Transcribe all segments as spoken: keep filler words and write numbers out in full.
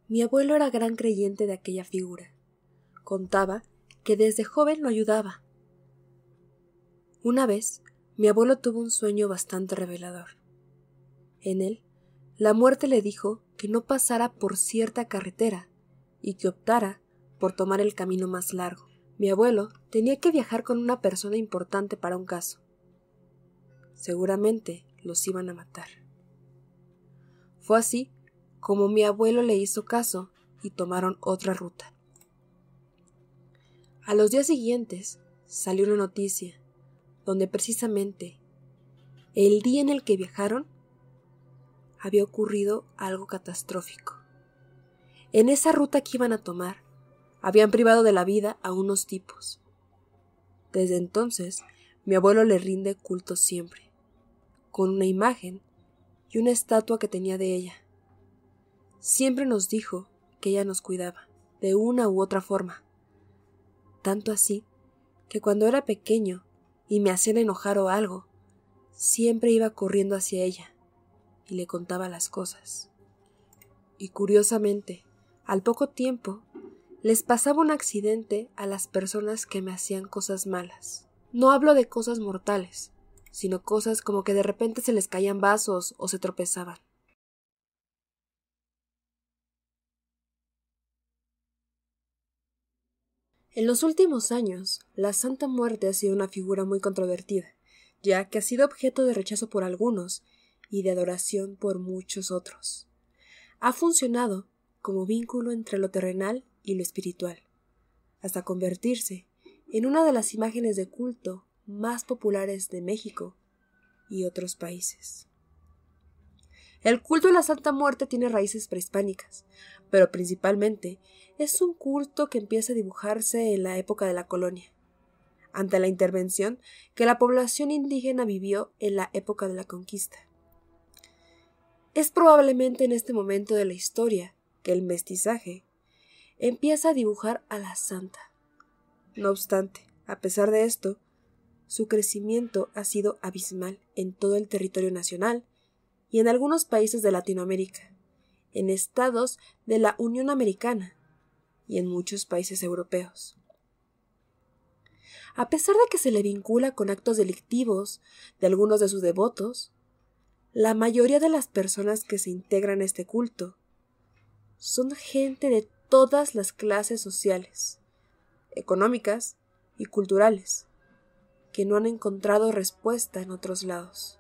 Mi abuelo era gran creyente de aquella figura. Contaba que desde joven lo ayudaba. Una vez, mi abuelo tuvo un sueño bastante revelador. En él, la muerte le dijo que no pasara por cierta carretera y que optara por tomar el camino más largo. Mi abuelo tenía que viajar con una persona importante para un caso. Seguramente los iban a matar. Fue así como mi abuelo le hizo caso y tomaron otra ruta. A los días siguientes salió una noticia donde precisamente el día en el que viajaron había ocurrido algo catastrófico. En esa ruta que iban a tomar habían privado de la vida a unos tipos. Desde entonces mi abuelo le rinde culto siempre, con una imagen y una estatua que tenía de ella. Siempre nos dijo que ella nos cuidaba, de una u otra forma. Tanto así, que cuando era pequeño y me hacían enojar o algo, siempre iba corriendo hacia ella y le contaba las cosas. Y curiosamente, al poco tiempo, les pasaba un accidente a las personas que me hacían cosas malas. No hablo de cosas mortales, sino cosas como que de repente se les caían vasos o se tropezaban. En los últimos años, la Santa Muerte ha sido una figura muy controvertida, ya que ha sido objeto de rechazo por algunos y de adoración por muchos otros. Ha funcionado como vínculo entre lo terrenal y lo espiritual, hasta convertirse en una de las imágenes de culto más populares de México y otros países. El culto a la Santa Muerte tiene raíces prehispánicas, pero principalmente es un culto que empieza a dibujarse en la época de la colonia, ante la intervención que la población indígena vivió en la época de la conquista. Es probablemente en este momento de la historia que el mestizaje empieza a dibujar a la santa. No obstante, a pesar de esto, su crecimiento ha sido abismal en todo el territorio nacional y en algunos países de Latinoamérica, en estados de la Unión Americana y en muchos países europeos. A pesar de que se le vincula con actos delictivos de algunos de sus devotos, la mayoría de las personas que se integran a este culto son gente de todas las clases sociales, económicas y culturales, que no han encontrado respuesta en otros lados.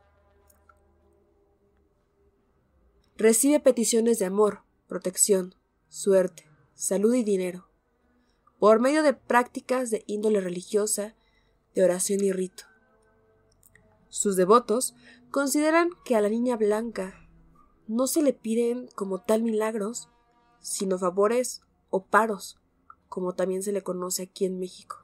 Recibe peticiones de amor, protección, suerte, salud y dinero, por medio de prácticas de índole religiosa, de oración y rito. Sus devotos consideran que a la niña blanca no se le piden como tal milagros, sino favores o paros, como también se le conoce aquí en México.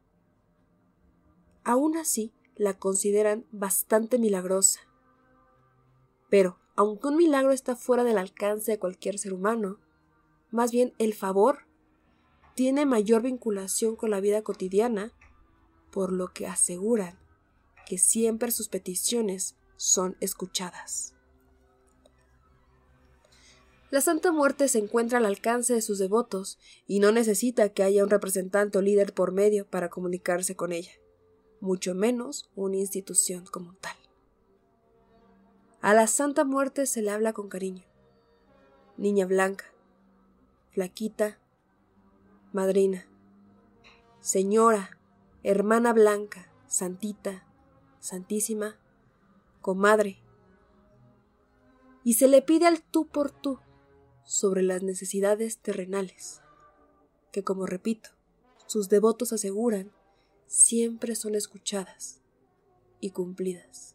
Aún así, la consideran bastante milagrosa. Pero, aunque un milagro está fuera del alcance de cualquier ser humano, más bien el favor tiene mayor vinculación con la vida cotidiana, por lo que aseguran que siempre sus peticiones son escuchadas. La Santa Muerte se encuentra al alcance de sus devotos y no necesita que haya un representante o líder por medio para comunicarse con ella, mucho menos una institución como tal. A la Santa Muerte se le habla con cariño. Niña blanca, flaquita, madrina, señora, hermana blanca, santita, santísima, comadre. Y se le pide al tú por tú sobre las necesidades terrenales, que, como repito, sus devotos aseguran siempre son escuchadas y cumplidas.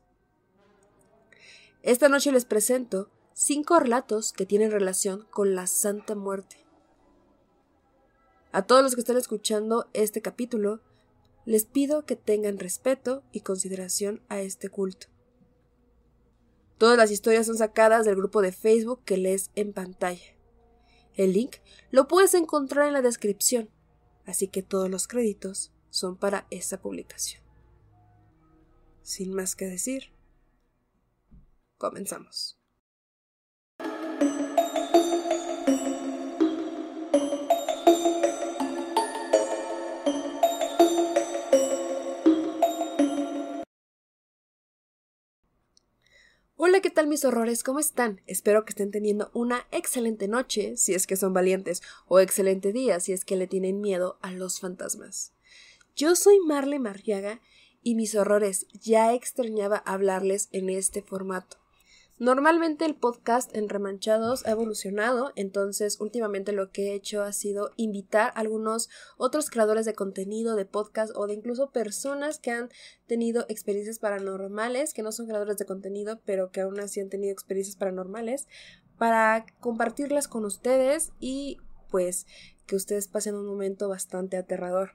Esta noche les presento cinco relatos que tienen relación con la Santa Muerte. A todos los que están escuchando este capítulo, les pido que tengan respeto y consideración a este culto. Todas las historias son sacadas del grupo de Facebook que lees en pantalla. El link lo puedes encontrar en la descripción, así que todos los créditos son para esa publicación. Sin más que decir, comenzamos. tal mis horrores? ¿Cómo están? Espero que estén teniendo una excelente noche, si es que son valientes, o excelente día, si es que le tienen miedo a los fantasmas. Yo soy Marle Marriaga y mis horrores, ya extrañaba hablarles en este formato. Normalmente el podcast en Remanchados ha evolucionado, entonces últimamente lo que he hecho ha sido invitar a algunos otros creadores de contenido, de podcast o de incluso personas que han tenido experiencias paranormales, que no son creadores de contenido, pero que aún así han tenido experiencias paranormales, para compartirlas con ustedes y pues que ustedes pasen un momento bastante aterrador.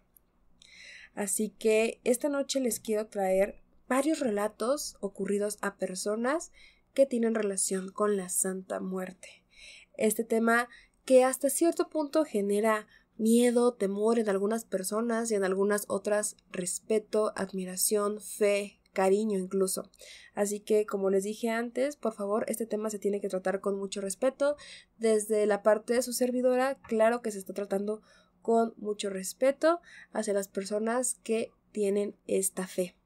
Así que esta noche les quiero traer varios relatos ocurridos a personas que tienen relación con la Santa Muerte. Este tema que hasta cierto punto genera miedo, temor en algunas personas y en algunas otras respeto, admiración, fe, cariño incluso. Así que, como les dije antes, por favor, este tema se tiene que tratar con mucho respeto. Desde la parte de su servidora, claro que se está tratando con mucho respeto hacia las personas que tienen esta fe.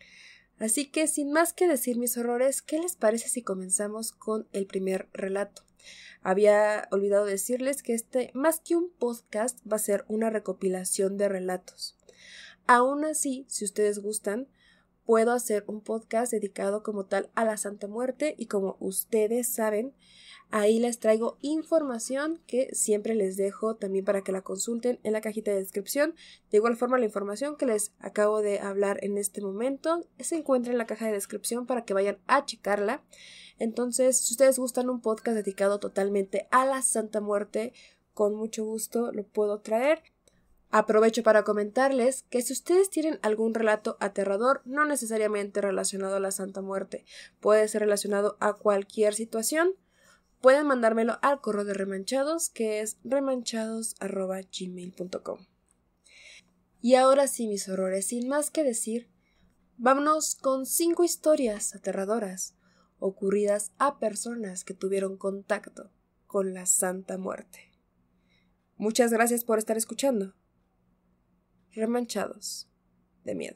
Así que, sin más que decir mis horrores, ¿qué les parece si comenzamos con el primer relato? Había olvidado decirles que este, más que un podcast, va a ser una recopilación de relatos. Aún así, si ustedes gustan, puedo hacer un podcast dedicado como tal a la Santa Muerte y como ustedes saben, ahí les traigo información que siempre les dejo también para que la consulten en la cajita de descripción. De igual forma, la información que les acabo de hablar en este momento se encuentra en la caja de descripción para que vayan a checarla. Entonces, si ustedes gustan un podcast dedicado totalmente a la Santa Muerte, con mucho gusto lo puedo traer. Aprovecho para comentarles que si ustedes tienen algún relato aterrador, no necesariamente relacionado a la Santa Muerte, puede ser relacionado a cualquier situación, pueden mandármelo al correo de Remanchados, que es remanchados arroba gmail punto com. Y ahora sí, mis horrores, sin más que decir, vámonos con cinco historias aterradoras ocurridas a personas que tuvieron contacto con la Santa Muerte. Muchas gracias por estar escuchando. Remanchados de miedo.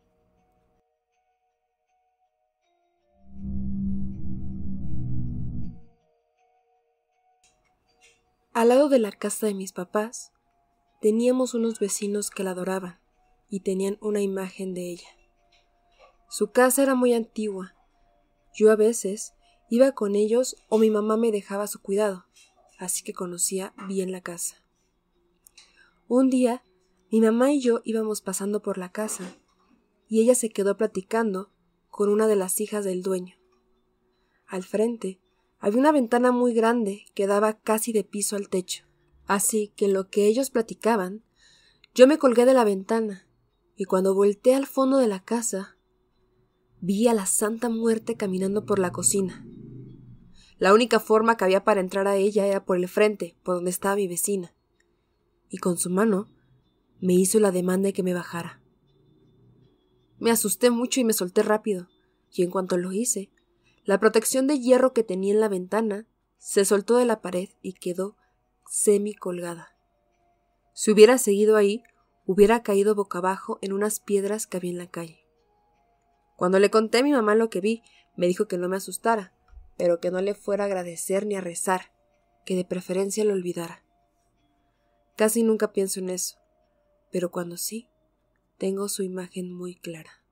Al lado de la casa de mis papás, teníamos unos vecinos que la adoraban y tenían una imagen de ella. Su casa era muy antigua. Yo a veces iba con ellos o mi mamá me dejaba a su cuidado, así que conocía bien la casa. Un día, mi mamá y yo íbamos pasando por la casa y ella se quedó platicando con una de las hijas del dueño. Al frente había una ventana muy grande que daba casi de piso al techo, así que en lo que ellos platicaban, yo me colgué de la ventana y cuando volteé al fondo de la casa, vi a la Santa Muerte caminando por la cocina. La única forma que había para entrar a ella era por el frente, por donde estaba mi vecina, y con su mano me hizo la demanda de que me bajara. Me asusté mucho y me solté rápido, y en cuanto lo hice, la protección de hierro que tenía en la ventana se soltó de la pared y quedó semi colgada. Si hubiera seguido ahí, hubiera caído boca abajo en unas piedras que había en la calle. Cuando le conté a mi mamá lo que vi, me dijo que no me asustara, pero que no le fuera a agradecer ni a rezar, que de preferencia lo olvidara. Casi nunca pienso en eso, pero cuando sí, tengo su imagen muy clara.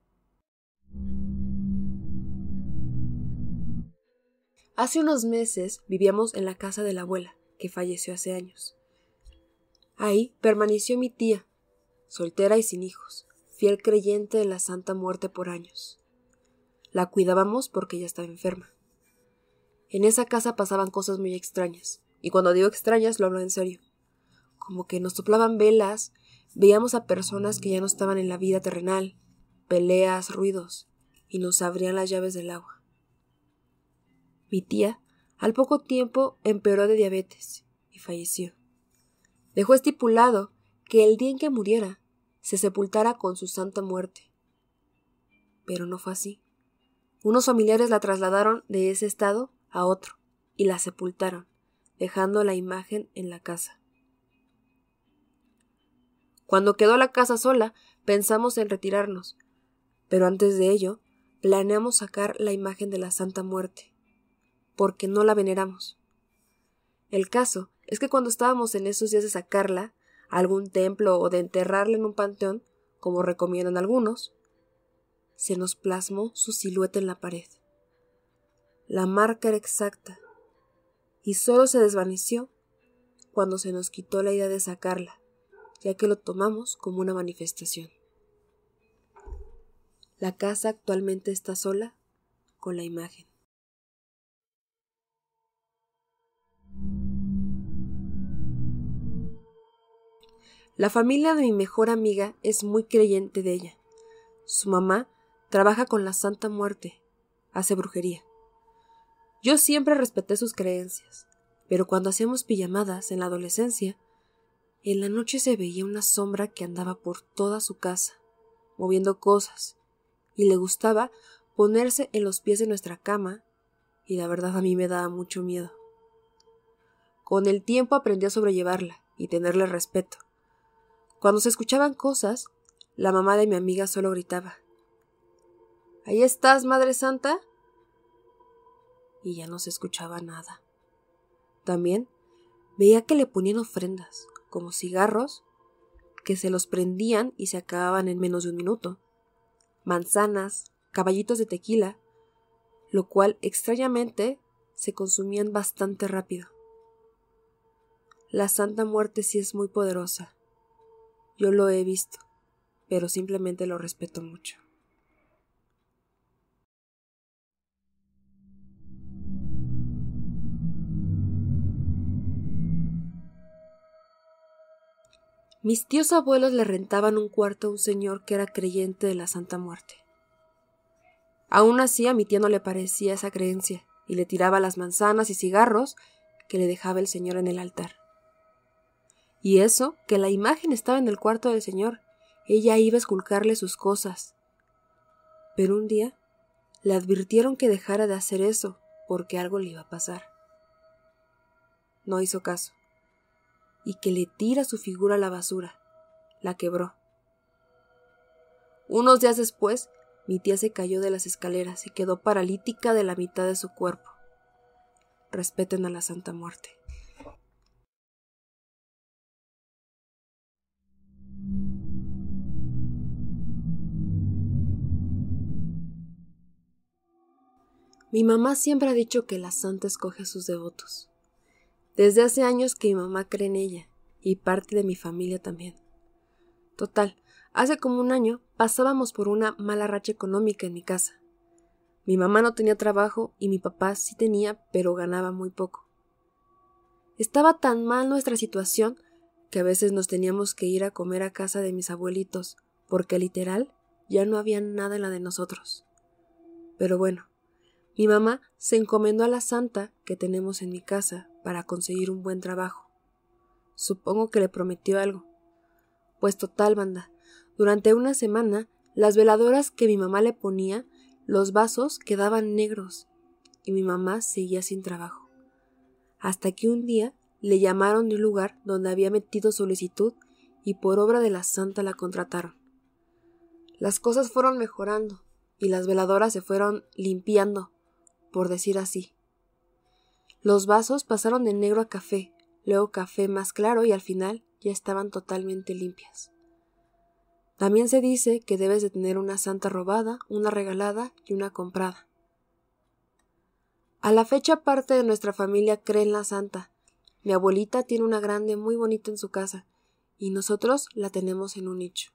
Hace unos meses vivíamos en la casa de la abuela, que falleció hace años. Ahí permaneció mi tía, soltera y sin hijos, fiel creyente de la Santa Muerte por años. La cuidábamos porque ella estaba enferma. En esa casa pasaban cosas muy extrañas, y cuando digo extrañas lo hablo en serio. Como que nos soplaban velas, veíamos a personas que ya no estaban en la vida terrenal, peleas, ruidos, y nos abrían las llaves del agua. Mi tía, al poco tiempo, empeoró de diabetes y falleció. Dejó estipulado que el día en que muriera se sepultara con su Santa Muerte. Pero no fue así. Unos familiares la trasladaron de ese estado a otro y la sepultaron, dejando la imagen en la casa. Cuando quedó la casa sola, pensamos en retirarnos, pero antes de ello, planeamos sacar la imagen de la Santa Muerte, porque no la veneramos. El caso es que cuando estábamos en esos días de sacarla a algún templo o de enterrarla en un panteón, como recomiendan algunos, se nos plasmó su silueta en la pared. La marca era exacta y solo se desvaneció cuando se nos quitó la idea de sacarla, ya que lo tomamos como una manifestación. La casa actualmente está sola con la imagen. La familia de mi mejor amiga es muy creyente de ella. Su mamá trabaja con la Santa Muerte, hace brujería. Yo siempre respeté sus creencias, pero cuando hacíamos pijamadas en la adolescencia, en la noche se veía una sombra que andaba por toda su casa, moviendo cosas, y le gustaba ponerse en los pies de nuestra cama, y la verdad a mí me daba mucho miedo. Con el tiempo aprendí a sobrellevarla y tenerle respeto. Cuando se escuchaban cosas, la mamá de mi amiga solo gritaba: «¿Ahí estás, Madre Santa?» Y ya no se escuchaba nada. También veía que le ponían ofrendas, como cigarros, que se los prendían y se acababan en menos de un minuto, manzanas, caballitos de tequila, lo cual extrañamente se consumían bastante rápido. La Santa Muerte sí es muy poderosa. Yo lo he visto, pero simplemente lo respeto mucho. Mis tíos abuelos le rentaban un cuarto a un señor que era creyente de la Santa Muerte. Aún así, a mi tía no le parecía esa creencia y le tiraba las manzanas y cigarros que le dejaba el señor en el altar. Y eso, que la imagen estaba en el cuarto del señor, ella iba a esculcarle sus cosas. Pero un día le advirtieron que dejara de hacer eso porque algo le iba a pasar. No hizo caso, y que le tira su figura a la basura. La quebró. Unos días después, mi tía se cayó de las escaleras y quedó paralítica de la mitad de su cuerpo. Respeten a la Santa Muerte. Mi mamá siempre ha dicho que la Santa escoge a sus devotos. Desde hace años que mi mamá cree en ella, y parte de mi familia también. Total, hace como un año pasábamos por una mala racha económica en mi casa. Mi mamá no tenía trabajo y mi papá sí tenía, pero ganaba muy poco. Estaba tan mal nuestra situación que a veces nos teníamos que ir a comer a casa de mis abuelitos, porque literal ya no había nada en la de nosotros. Pero bueno, mi mamá se encomendó a la Santa que tenemos en mi casa para conseguir un buen trabajo. Supongo que le prometió algo. Pues total, banda, durante una semana, las veladoras que mi mamá le ponía, los vasos quedaban negros y mi mamá seguía sin trabajo. Hasta que un día le llamaron de un lugar donde había metido solicitud y por obra de la Santa la contrataron. Las cosas fueron mejorando y las veladoras se fueron limpiando, por decir así. Los vasos pasaron de negro a café, luego café más claro y al final ya estaban totalmente limpias. También se dice que debes de tener una santa robada, una regalada y una comprada. A la fecha parte de nuestra familia cree en la Santa. Mi abuelita tiene una grande muy bonita en su casa y nosotros la tenemos en un nicho.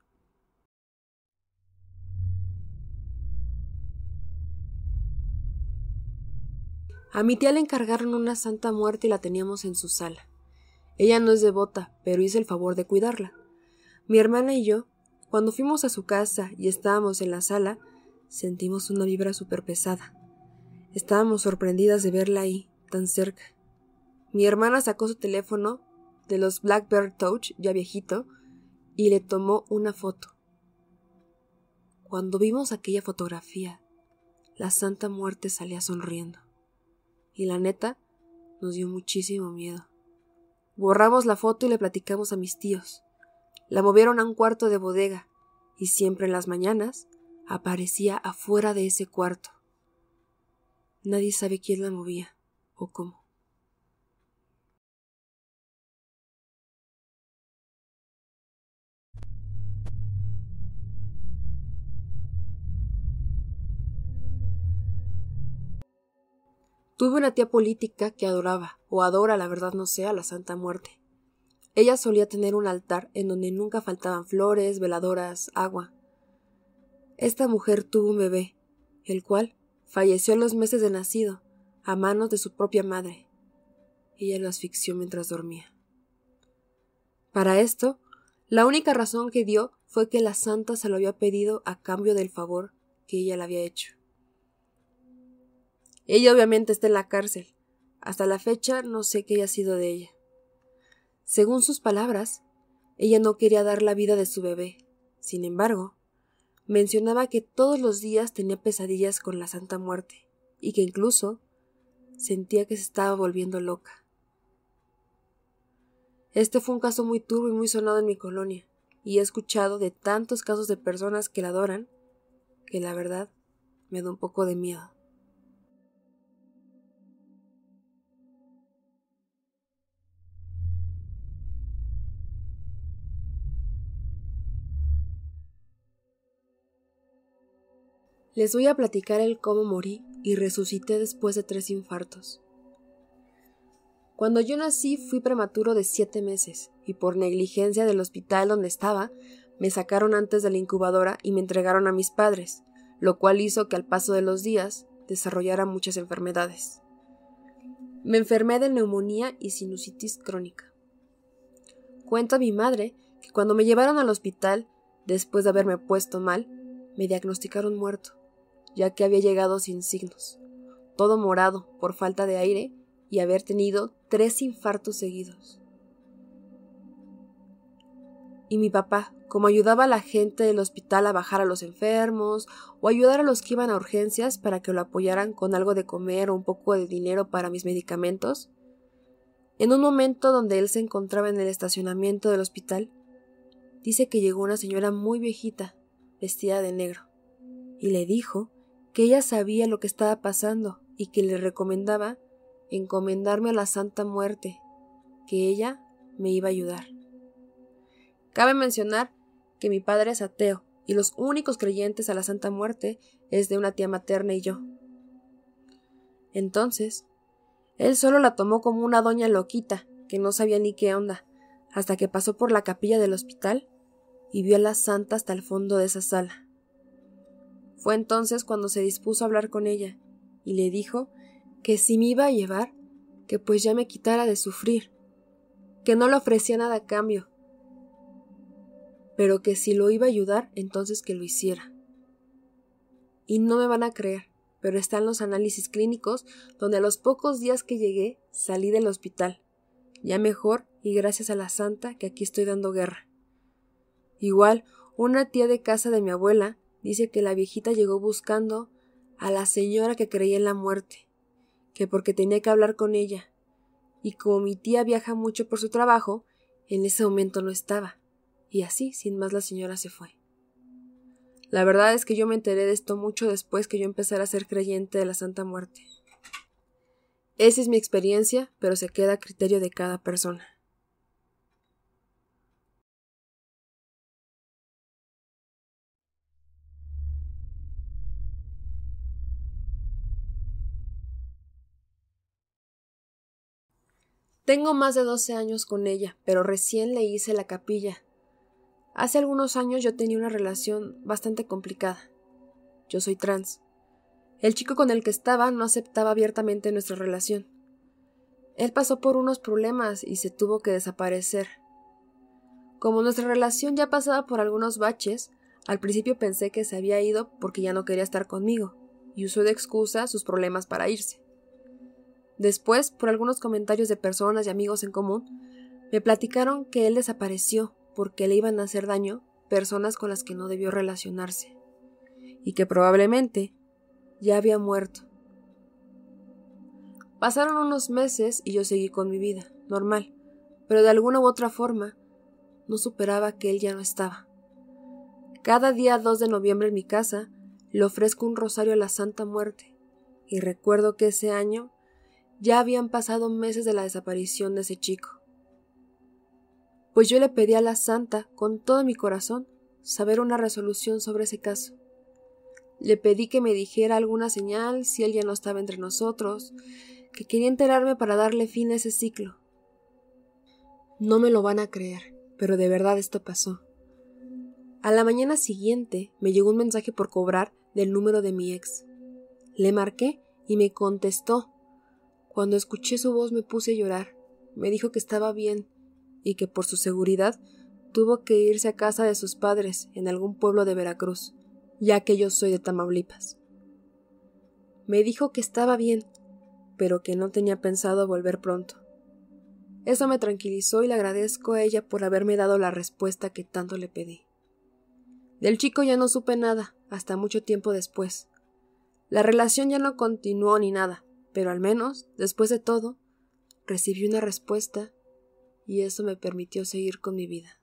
A mi tía le encargaron una Santa Muerte y la teníamos en su sala. Ella no es devota, pero hizo el favor de cuidarla. Mi hermana y yo, cuando fuimos a su casa y estábamos en la sala, sentimos una vibra súper pesada. Estábamos sorprendidas de verla ahí, tan cerca. Mi hermana sacó su teléfono de los Blackberry Touch, ya viejito, y le tomó una foto. Cuando vimos aquella fotografía, la Santa Muerte salía sonriendo. Y la neta, nos dio muchísimo miedo. Borramos la foto y le platicamos a mis tíos. La movieron a un cuarto de bodega, y siempre en las mañanas aparecía afuera de ese cuarto. Nadie sabe quién la movía, o cómo. Tuve una tía política que adoraba, o adora, la verdad no sé, a la Santa Muerte. Ella solía tener un altar en donde nunca faltaban flores, veladoras, agua. Esta mujer tuvo un bebé, el cual falleció a los meses de nacido, a manos de su propia madre. Ella lo asfixió mientras dormía. Para esto, la única razón que dio fue que la santa se lo había pedido a cambio del favor que ella le había hecho. Ella obviamente está en la cárcel. Hasta la fecha no sé qué haya sido de ella. Según sus palabras, ella no quería dar la vida de su bebé. Sin embargo, mencionaba que todos los días tenía pesadillas con la Santa Muerte y que incluso sentía que se estaba volviendo loca. Este fue un caso muy turbio y muy sonado en mi colonia, y he escuchado de tantos casos de personas que la adoran que la verdad me da un poco de miedo. Les voy a platicar el cómo morí y resucité después de tres infartos. Cuando yo nací fui prematuro de siete meses y por negligencia del hospital donde estaba, me sacaron antes de la incubadora y me entregaron a mis padres, lo cual hizo que al paso de los días desarrollara muchas enfermedades. Me enfermé de neumonía y sinusitis crónica. Cuenta mi madre que cuando me llevaron al hospital, después de haberme puesto mal, me diagnosticaron muerto, ya que había llegado sin signos, todo morado por falta de aire y haber tenido tres infartos seguidos. Y mi papá, como ayudaba a la gente del hospital a bajar a los enfermos o ayudar a los que iban a urgencias para que lo apoyaran con algo de comer o un poco de dinero para mis medicamentos, en un momento donde él se encontraba en el estacionamiento del hospital, dice que llegó una señora muy viejita, vestida de negro, y le dijo que ella sabía lo que estaba pasando y que le recomendaba encomendarme a la Santa Muerte, que ella me iba a ayudar. Cabe mencionar que mi padre es ateo y los únicos creyentes a la Santa Muerte es de una tía materna y yo. Entonces, él solo la tomó como una doña loquita que no sabía ni qué onda, hasta que pasó por la capilla del hospital y vio a la santa hasta el fondo de esa sala. Fue entonces cuando se dispuso a hablar con ella y le dijo que si me iba a llevar, que pues ya me quitara de sufrir, que no le ofrecía nada a cambio, pero que si lo iba a ayudar, entonces que lo hiciera. Y no me van a creer, pero están los análisis clínicos donde a los pocos días que llegué salí del hospital, ya mejor y gracias a la santa que aquí estoy dando guerra. Igual, una tía de casa de mi abuela dice que la viejita llegó buscando a la señora que creía en la muerte, que porque tenía que hablar con ella, y como mi tía viaja mucho por su trabajo, en ese momento no estaba. Y así, sin más, la señora se fue. La verdad es que yo me enteré de esto mucho después que yo empezara a ser creyente de la Santa Muerte. Esa es mi experiencia, pero se queda a criterio de cada persona. Tengo más de doce años con ella, pero recién le hice la capilla. Hace algunos años yo tenía una relación bastante complicada. Yo soy trans. El chico con el que estaba no aceptaba abiertamente nuestra relación. Él pasó por unos problemas y se tuvo que desaparecer. Como nuestra relación ya pasaba por algunos baches, al principio pensé que se había ido porque ya no quería estar conmigo, y usó de excusa sus problemas para irse. Después, por algunos comentarios de personas y amigos en común, me platicaron que él desapareció porque le iban a hacer daño personas con las que no debió relacionarse, y que probablemente ya había muerto. Pasaron unos meses y yo seguí con mi vida, normal, pero de alguna u otra forma no superaba que él ya no estaba. Cada día dos de noviembre en mi casa le ofrezco un rosario a la Santa Muerte, y recuerdo que ese año Ya habían pasado meses de la desaparición de ese chico. Pues yo le pedí a la santa, con todo mi corazón, saber una resolución sobre ese caso. Le pedí que me dijera alguna señal si él ya no estaba entre nosotros, que quería enterarme para darle fin a ese ciclo. No me lo van a creer, pero de verdad esto pasó. A la mañana siguiente me llegó un mensaje por cobrar del número de mi ex. Le marqué y me contestó. Cuando escuché su voz me puse a llorar. Me dijo que estaba bien y que por su seguridad tuvo que irse a casa de sus padres en algún pueblo de Veracruz, ya que yo soy de Tamaulipas. Me dijo que estaba bien, pero que no tenía pensado volver pronto. Eso me tranquilizó y le agradezco a ella por haberme dado la respuesta que tanto le pedí. Del chico ya no supe nada, hasta mucho tiempo después. La relación ya no continuó ni nada, pero al menos, después de todo, recibí una respuesta y eso me permitió seguir con mi vida.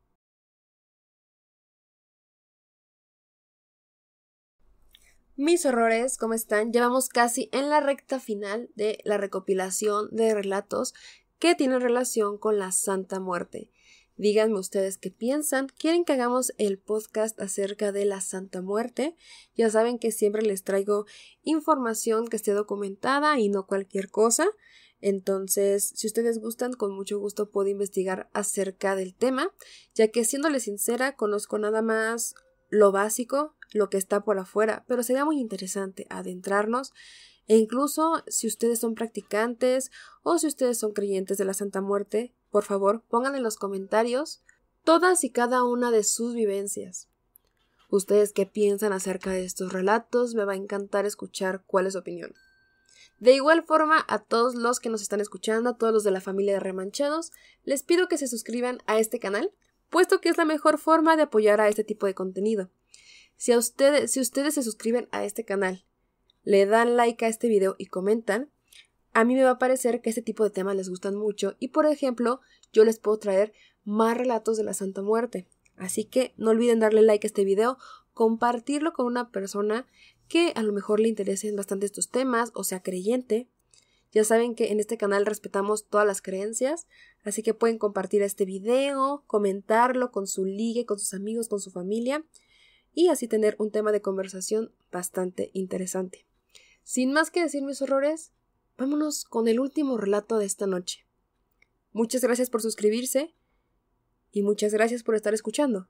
Mis horrores, ¿cómo están? Ya vamos casi en la recta final de la recopilación de relatos que tienen relación con la Santa Muerte. Díganme ustedes qué piensan. ¿Quieren que hagamos el podcast acerca de la Santa Muerte? Ya saben que siempre les traigo información que esté documentada y no cualquier cosa. Entonces, si ustedes gustan, con mucho gusto puedo investigar acerca del tema, ya que siéndole sincera, conozco nada más lo básico, lo que está por afuera, pero sería muy interesante adentrarnos e incluso si ustedes son practicantes o si ustedes son creyentes de la Santa Muerte, por favor, pongan en los comentarios todas y cada una de sus vivencias. ¿Ustedes qué piensan acerca de estos relatos? Me va a encantar escuchar cuál es su opinión. De igual forma, a todos los que nos están escuchando, a todos los de la familia de Remanchados, les pido que se suscriban a este canal, puesto que es la mejor forma de apoyar a este tipo de contenido. Si, a ustedes, si ustedes se suscriben a este canal, le dan like a este video y comentan, a mí me va a parecer que este tipo de temas les gustan mucho y, por ejemplo, yo les puedo traer más relatos de la Santa Muerte. Así que no olviden darle like a este video, compartirlo con una persona que a lo mejor le interesen bastante estos temas o sea creyente. Ya saben que en este canal respetamos todas las creencias, así que pueden compartir este video, comentarlo con su ligue, con sus amigos, con su familia y así tener un tema de conversación bastante interesante. Sin más que decir mis horrores, vámonos con el último relato de esta noche. Muchas gracias por suscribirse y muchas gracias por estar escuchando.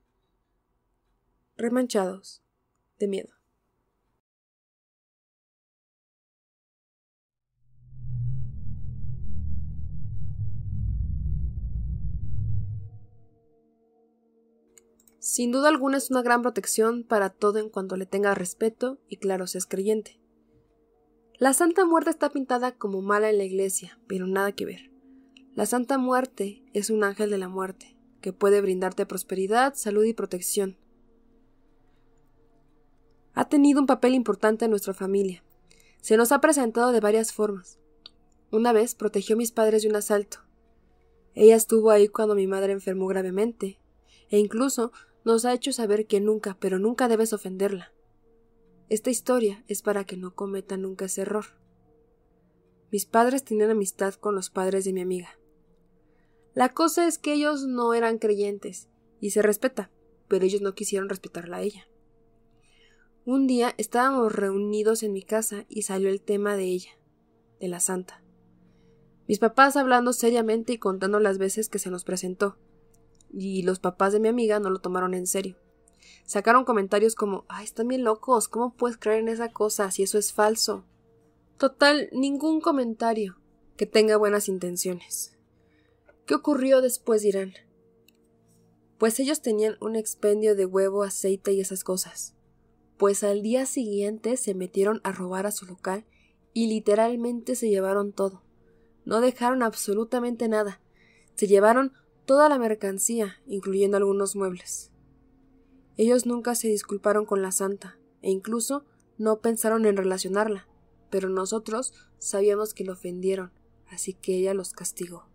Remanchados de miedo. Sin duda alguna es una gran protección para todo en cuanto le tenga respeto y claro si es creyente. La Santa Muerte está pintada como mala en la iglesia, pero nada que ver. La Santa Muerte es un ángel de la muerte, que puede brindarte prosperidad, salud y protección. Ha tenido un papel importante en nuestra familia. Se nos ha presentado de varias formas. Una vez protegió a mis padres de un asalto. Ella estuvo ahí cuando mi madre enfermó gravemente, e incluso nos ha hecho saber que nunca, pero nunca debes ofenderla. Esta historia es para que no cometa nunca ese error. Mis padres tenían amistad con los padres de mi amiga. La cosa es que ellos no eran creyentes, y se respeta, pero ellos no quisieron respetarla a ella. Un día estábamos reunidos en mi casa y salió el tema de ella, de la santa. Mis papás hablando seriamente y contando las veces que se nos presentó, y los papás de mi amiga no lo tomaron en serio. Sacaron comentarios como, ay, están bien locos, ¿cómo puedes creer en esa cosa si eso es falso? Total, ningún comentario que tenga buenas intenciones. ¿Qué ocurrió después, dirán? Pues ellos tenían un expendio de huevo, aceite y esas cosas. Pues al día siguiente se metieron a robar a su local y literalmente se llevaron todo. No dejaron absolutamente nada. Se llevaron toda la mercancía, incluyendo algunos muebles. Ellos nunca se disculparon con la santa, e incluso no pensaron en relacionarla, pero nosotros sabíamos que lo ofendieron, así que ella los castigó.